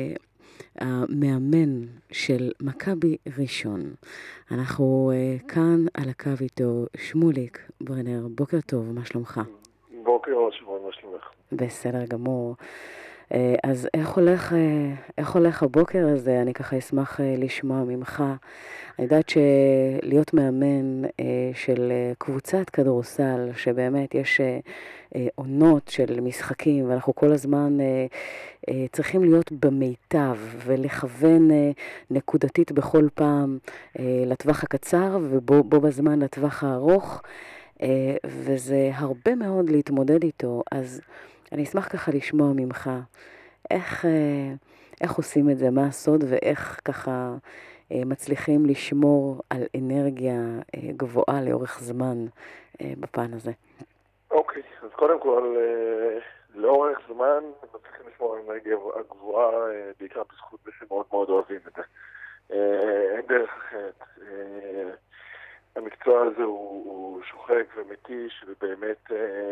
המאמן של מכבי ראשון. אנחנו כאן על הקו איתו, שמוליק ברנר, בוקר טוב, מה שלומך? בוקר טוב, שמואל, מה שלומך? בסדר גמור. אז איך הולך, איך הולך הבוקר הזה? אני ככה אשמח לשמוע ממך. אני יודעת שלהיות מאמן של קבוצת כדורסל, שבאמת יש עונות של משחקים, ואנחנו כל הזמן צריכים להיות במיטב ולכוון נקודתית בכל פעם לטווח הקצר ובו בזמן לטווח הארוך, וזה הרבה מאוד להתמודד איתו. אז אני אשמח ככה לשמוע ממך איך, איך עושים את זה, מה הסוד ואיך ככה מצליחים לשמור על אנרגיה גבוהה לאורך זמן בפן הזה. אוקיי, אז קודם כל, לאורך זמן מצליחים לשמור על אנרגיה גבוהה, בעיקר בזכות זה שמאוד מאוד אוהבים את זה. אין דרך אחרת. המקצוע הזה הוא, הוא שוחק ומתיש, ובאמת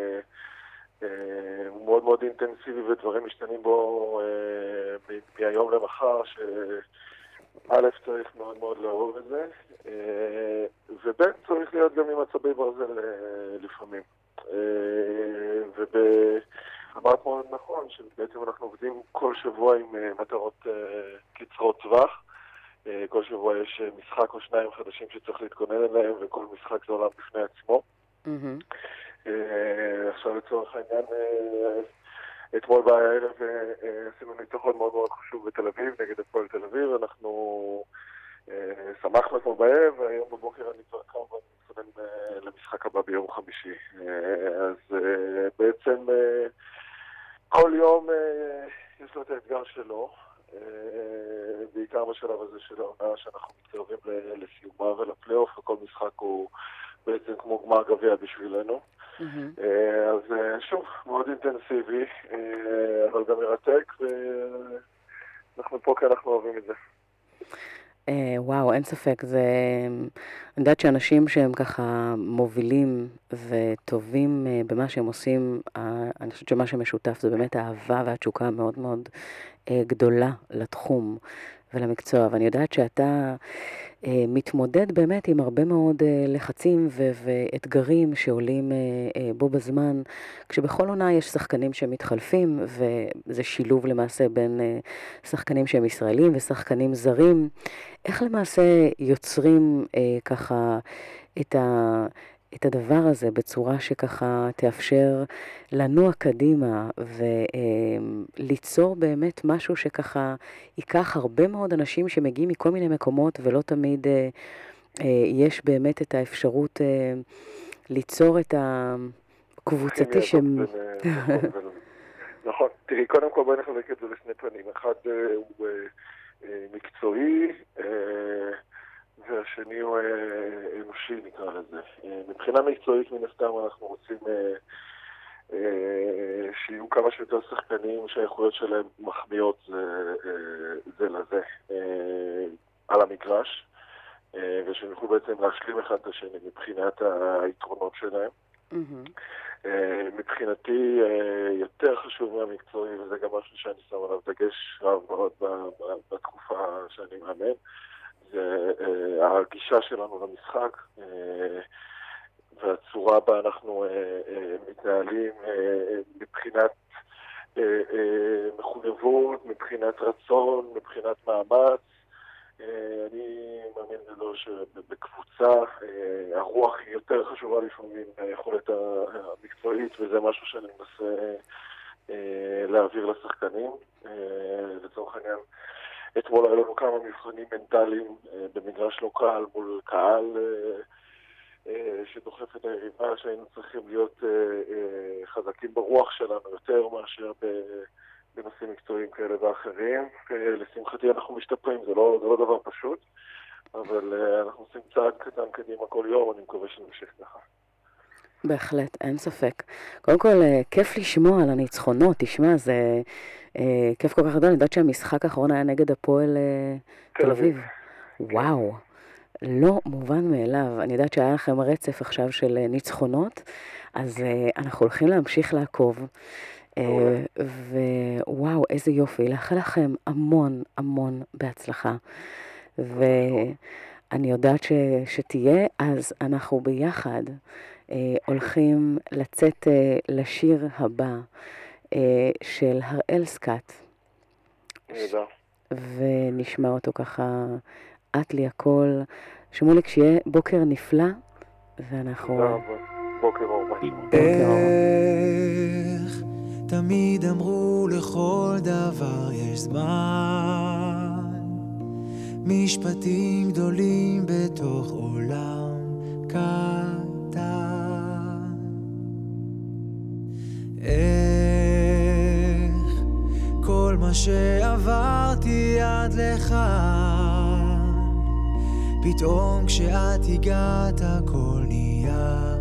הוא מאוד מאוד אינטנסיבי, ודברים משתנים בו מהיום למחר, שא' צריך מאוד מאוד לאהוב את זה, וב' צריך להיות גם עם עצבי ברזל לפעמים. ואמרת מאוד נכון, שבעצם אנחנו עובדים כל שבוע עם מטרות קצרות טווח. כל שבוע יש משחק או שניים חדשים שצריך להתכונן אליהם, וכל משחק זה עולם בפני עצמו. עכשיו לצורך העניין, אתמול בערב עשינו ניצחון מאוד מאוד חשוב בתל אביב, נגד הפועל תל אביב. אנחנו שמחנו אתמול בערב, והיום בבוקר אני כבר כמובן מתכונן למשחק הבא ביום חמישי. אז בעצם כל יום יש לו את האתגר שלו, בעיקר בשלב הזה של העונה שאנחנו מתקרבים לסיומה ולפלייאוף, וכל משחק הוא בעצם כמו גמר גביע בשבילנו. אז שוב, מאוד אינטנסיבי, אבל גם מרתק, ואנחנו פה כי אנחנו אוהבים את זה. וואו, אין ספק, זה... אני יודעת שאנשים שהם ככה מובילים וטובים במה שהם עושים, אני חושבת שמה שמשותף זה באמת האהבה והתשוקה מאוד מאוד גדולה לתחום ולמקצוע, ואני יודעת שאתה מתמודד באמת עם הרבה מאוד לחצים ואתגרים שעולים בו בזמן, כשבכל עונה יש שחקנים שמתחלפים, וזה שילוב למעשה בין שחקנים שהם ישראלים ושחקנים זרים. איך למעשה יוצרים ככה את ה... את הדבר הזה בצורה שככה תאפשר לנוע קדימה וליצור באמת משהו שככה ייקח הרבה מאוד אנשים שמגיעים מכל מיני מקומות, ולא תמיד יש באמת את האפשרות ליצור את הקבוצתי שהם... נכון, תראי, קודם כל בואי נחלק את זה לשני פנים. אחד הוא מקצועי, והשני הוא אנושי, נקרא לזה. מבחינה מקצועית, מן הסתם, אנחנו רוצים שיהיו כמה שיותר שחקנים שהאיכויות שלהם מחמיאות זה לזה על המגרש, ושנוכל בעצם להשלים אחד את השני מבחינת היתרונות שלהם. מבחינתי יותר חשוב מהמקצועי, וזה גם משהו שאני שם עליו דגש רב מאוד בתקופה שאני מאמן, זה הגישה שלנו למשחק והצורה בה אנחנו מתנהלים מבחינת מחויבות, מבחינת רצון, מבחינת מאמץ. אני מאמין גדול שבקבוצה הרוח היא יותר חשובה לפעמים מהיכולת המקצועית, וזה משהו שאני מנסה להעביר לשחקנים. לצורך העניין, אתמול היה לנו כמה מבחנים מנטליים במגרש לא קהל מול קהל שדוחף את היריבה, שהיינו צריכים להיות חזקים ברוח שלנו יותר מאשר בנושאים מקצועיים כאלה ואחרים. לשמחתי אנחנו משתפרים, זה לא, זה לא דבר פשוט, אבל אנחנו עושים צעד קטן קדימה כל יום, אני מקווה שנמשיך ככה. בהחלט, אין ספק. קודם כל, כיף לשמוע על הניצחונות, תשמע, זה אה, כיף כל כך גדול, אני יודעת שהמשחק האחרון היה נגד הפועל אה, תל אביב. וואו, לא מובן מאליו. אני יודעת שהיה לכם רצף עכשיו של אה, ניצחונות, אז אה, אנחנו הולכים להמשיך לעקוב. אה, ווואו, איזה יופי, לאחל לכם המון המון בהצלחה. ואני יודעת ש, שתהיה, אז אנחנו ביחד אה, הולכים לצאת אה, לשיר הבא אה, של הראל סקאט. נהדר. ונשמע אותו ככה, את לי הכל. שמוליק, שיהיה בוקר נפלא, ואנחנו... תודה רבה. בוקר אור, מה נשמע? בוקר אור. איך תמיד אמרו לכל דבר יש זמן, משפטים גדולים בתוך עולם קטן. איך כל מה שעברתי עד לכאן, פתאום כשאת הגעת הכל נהיה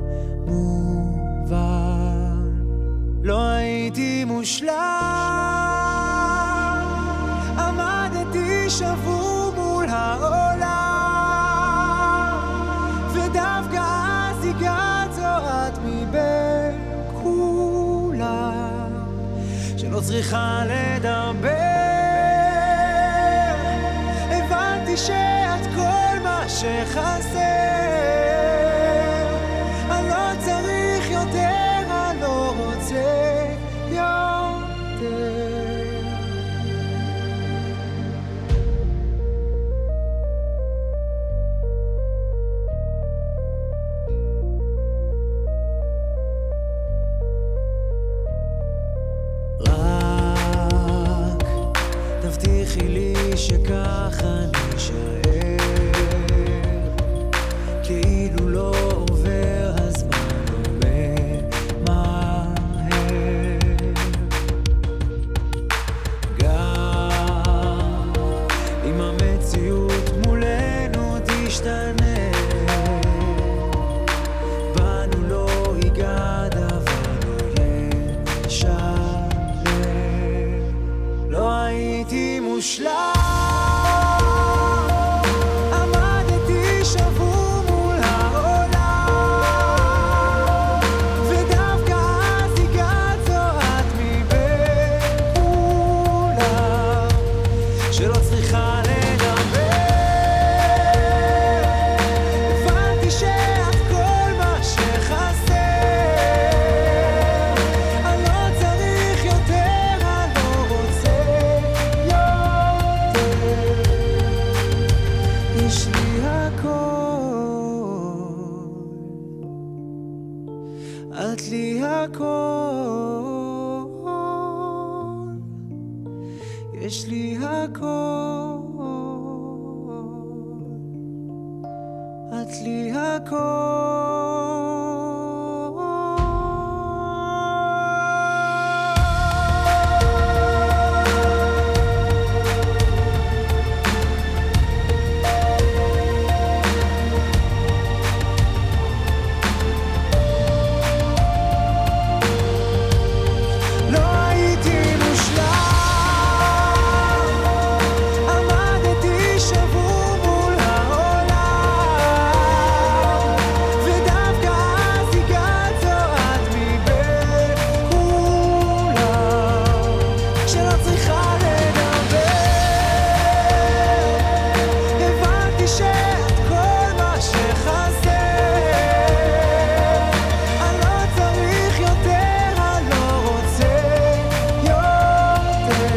מובן. לא הייתי מושלם, עמדתי שבור מול העולם, ודווקא אז הגעת זוהת מבין כולם, שלא צריכה לדבר. הבנתי שאת כל מה שחסר, אני לא צריך יותר, אני לא רוצה יותר. רק תבטיחי לי שככה נשאר, כאילו לא עובר הזמן עובר מהר. גם אם המציאות מולנו תשתנה, בנו לא ייגע דבר, לא ישלם. לא הייתי מושלם, עמדתי שבור מול העולם, ודווקא אז הגעת זוהת מבין כולם, שלא צריכה לדבר. הבנתי שאת כל מה שחסר, אני לא צריך יותר, אני לא רוצה יותר. יש לי הכל, את לי הכל, יש לי הכל, את לי הכל. לא הייתי מושלם, עמדתי שבור מול העולם, ודווקא אז הגעת זוהת מבין כולם, שלא צריכה לדבר. הבנתי שאת כל מה שחסר, אני לא צריך יותר, אני לא רוצה יותר.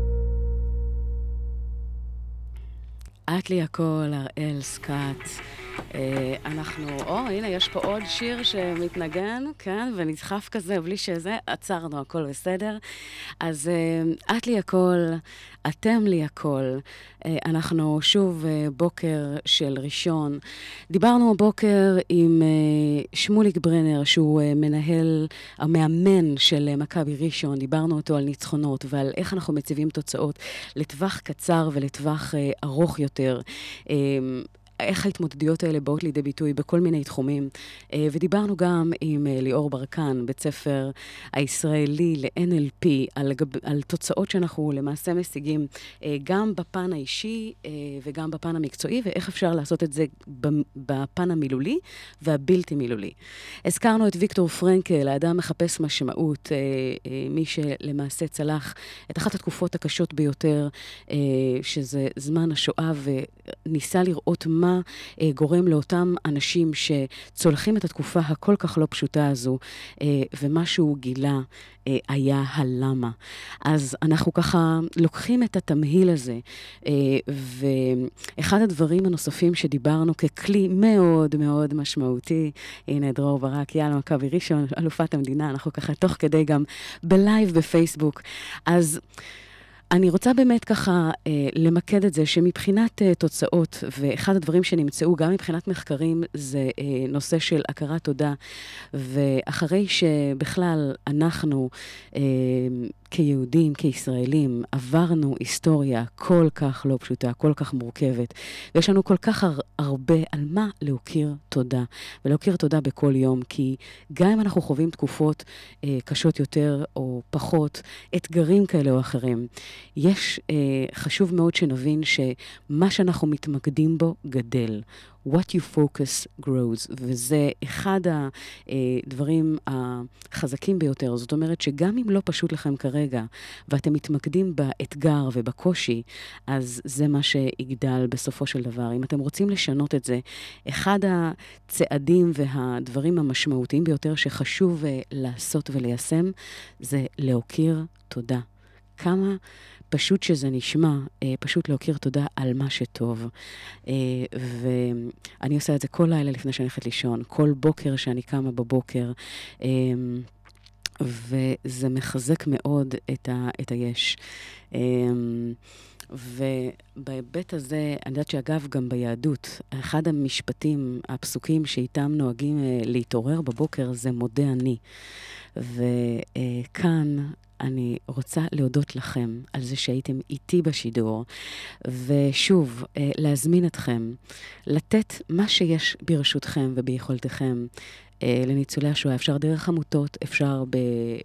את לי הכל, הראל סקאט. אנחנו, או, הנה, יש פה עוד שיר שמתנגן, כן, ונדחף כזה, בלי שזה, עצרנו, הכל בסדר. אז את לי הכל, אתם לי הכל. אנחנו שוב בוקר של ראשון. דיברנו הבוקר עם שמוליק ברנר, שהוא מנהל, המאמן של מכבי ראשון. דיברנו אותו על ניצחונות ועל איך אנחנו מציבים תוצאות לטווח קצר ולטווח ארוך יותר. איך ההתמודדויות האלה באות לידי ביטוי בכל מיני תחומים. ודיברנו גם עם ליאור ברקן, בית ספר הישראלי ל-אן אל פי, על, על תוצאות שאנחנו למעשה משיגים גם בפן האישי וגם בפן המקצועי, ואיך אפשר לעשות את זה בפן המילולי והבלתי מילולי. הזכרנו את ויקטור פרנקל, האדם מחפש משמעות, מי שלמעשה צלח את אחת התקופות הקשות ביותר, שזה זמן השואה, וניסה לראות מה מה גורם לאותם אנשים שצולחים את התקופה הכל כך לא פשוטה הזו, ומה שהוא גילה היה הלמה. אז אנחנו ככה לוקחים את התמהיל הזה, ואחד הדברים הנוספים שדיברנו ככלי מאוד מאוד משמעותי, הנה דרור ברק, יאללה מכבי ראשון, אלופת המדינה, אנחנו ככה תוך כדי גם בלייב בפייסבוק. אז אני רוצה באמת ככה אה, למקד את זה שמבחינת אה, תוצאות, ואחד הדברים שנמצאו גם מבחינת מחקרים, זה אה, נושא של הכרת תודה, ואחרי שבכלל אנחנו אה, כיהודים, כישראלים, עברנו היסטוריה כל כך לא פשוטה, כל כך מורכבת, ויש לנו כל כך הר- הרבה על מה להוקיר תודה, ולהוקיר תודה בכל יום, כי גם אם אנחנו חווים תקופות אה, קשות יותר או פחות, אתגרים כאלה או אחרים, יש, אה, חשוב מאוד שנבין שמה שאנחנו מתמקדים בו גדל. What you focus grows, וזה אחד הדברים החזקים ביותר. זאת אומרת שגם אם לא פשוט לכם כרגע, ואתם מתמקדים באתגר ובקושי, אז זה מה שיגדל בסופו של דבר. אם אתם רוצים לשנות את זה, אחד הצעדים והדברים המשמעותיים ביותר שחשוב לעשות וליישם, זה להוקיר תודה. כמה פשוט שזה נשמע, פשוט להוקיר תודה על מה שטוב. ואני עושה את זה כל לילה לפני שאני הולכת לישון, כל בוקר שאני קמה בבוקר, וזה מחזק מאוד את, ה, את היש. ובהיבט הזה, אני יודעת שאגב גם ביהדות, אחד המשפטים, הפסוקים שאיתם נוהגים להתעורר בבוקר, זה מודה אני. וכאן אני רוצה להודות לכם על זה שהייתם איתי בשידור, ושוב, להזמין אתכם, לתת מה שיש ברשותכם וביכולתכם לניצולי השואה. אפשר דרך עמותות, אפשר ב...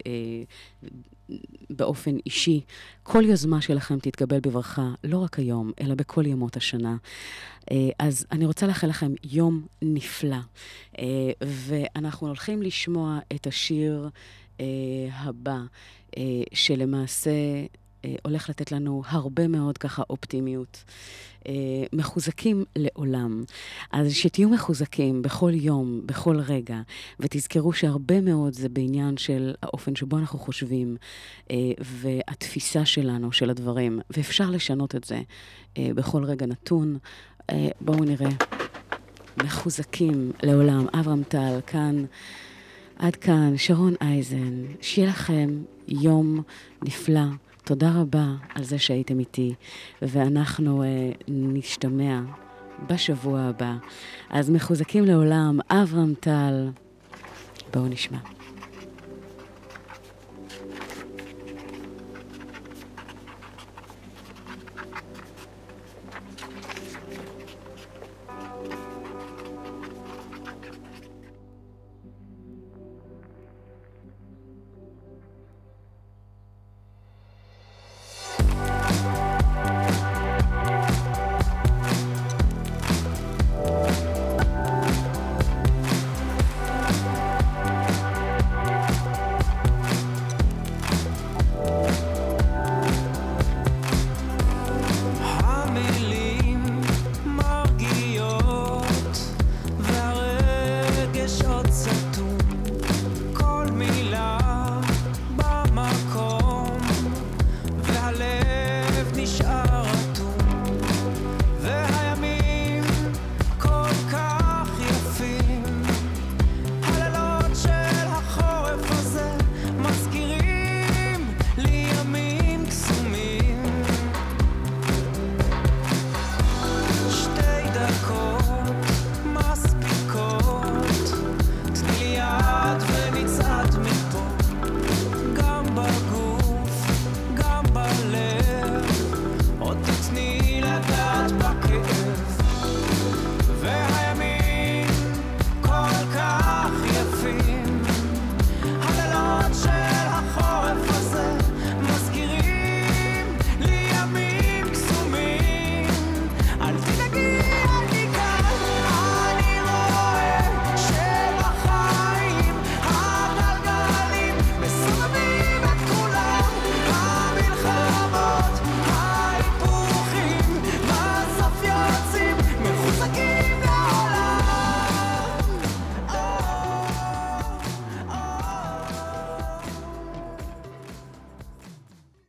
באופן אישי. כל יוזמה שלכם תתקבל בברכה, לא רק היום, אלא בכל ימות השנה. אז אני רוצה לאחל לכם יום נפלא, ואנחנו הולכים לשמוע את השיר הבא, שלמעשה הולך לתת לנו הרבה מאוד ככה אופטימיות. מחוזקים לעולם. אז שתהיו מחוזקים בכל יום, בכל רגע, ותזכרו שהרבה מאוד זה בעניין של האופן שבו אנחנו חושבים, והתפיסה שלנו של הדברים, ואפשר לשנות את זה בכל רגע נתון. בואו נראה. מחוזקים לעולם. אברהם טל, כאן, עד כאן, שרון אייזן. שיהיה לכם יום נפלא. תודה רבה על זה שהייתם איתי, ואנחנו אה, נשתמע בשבוע הבא. אז מחוזקים לעולם, אברהם טל, בואו נשמע.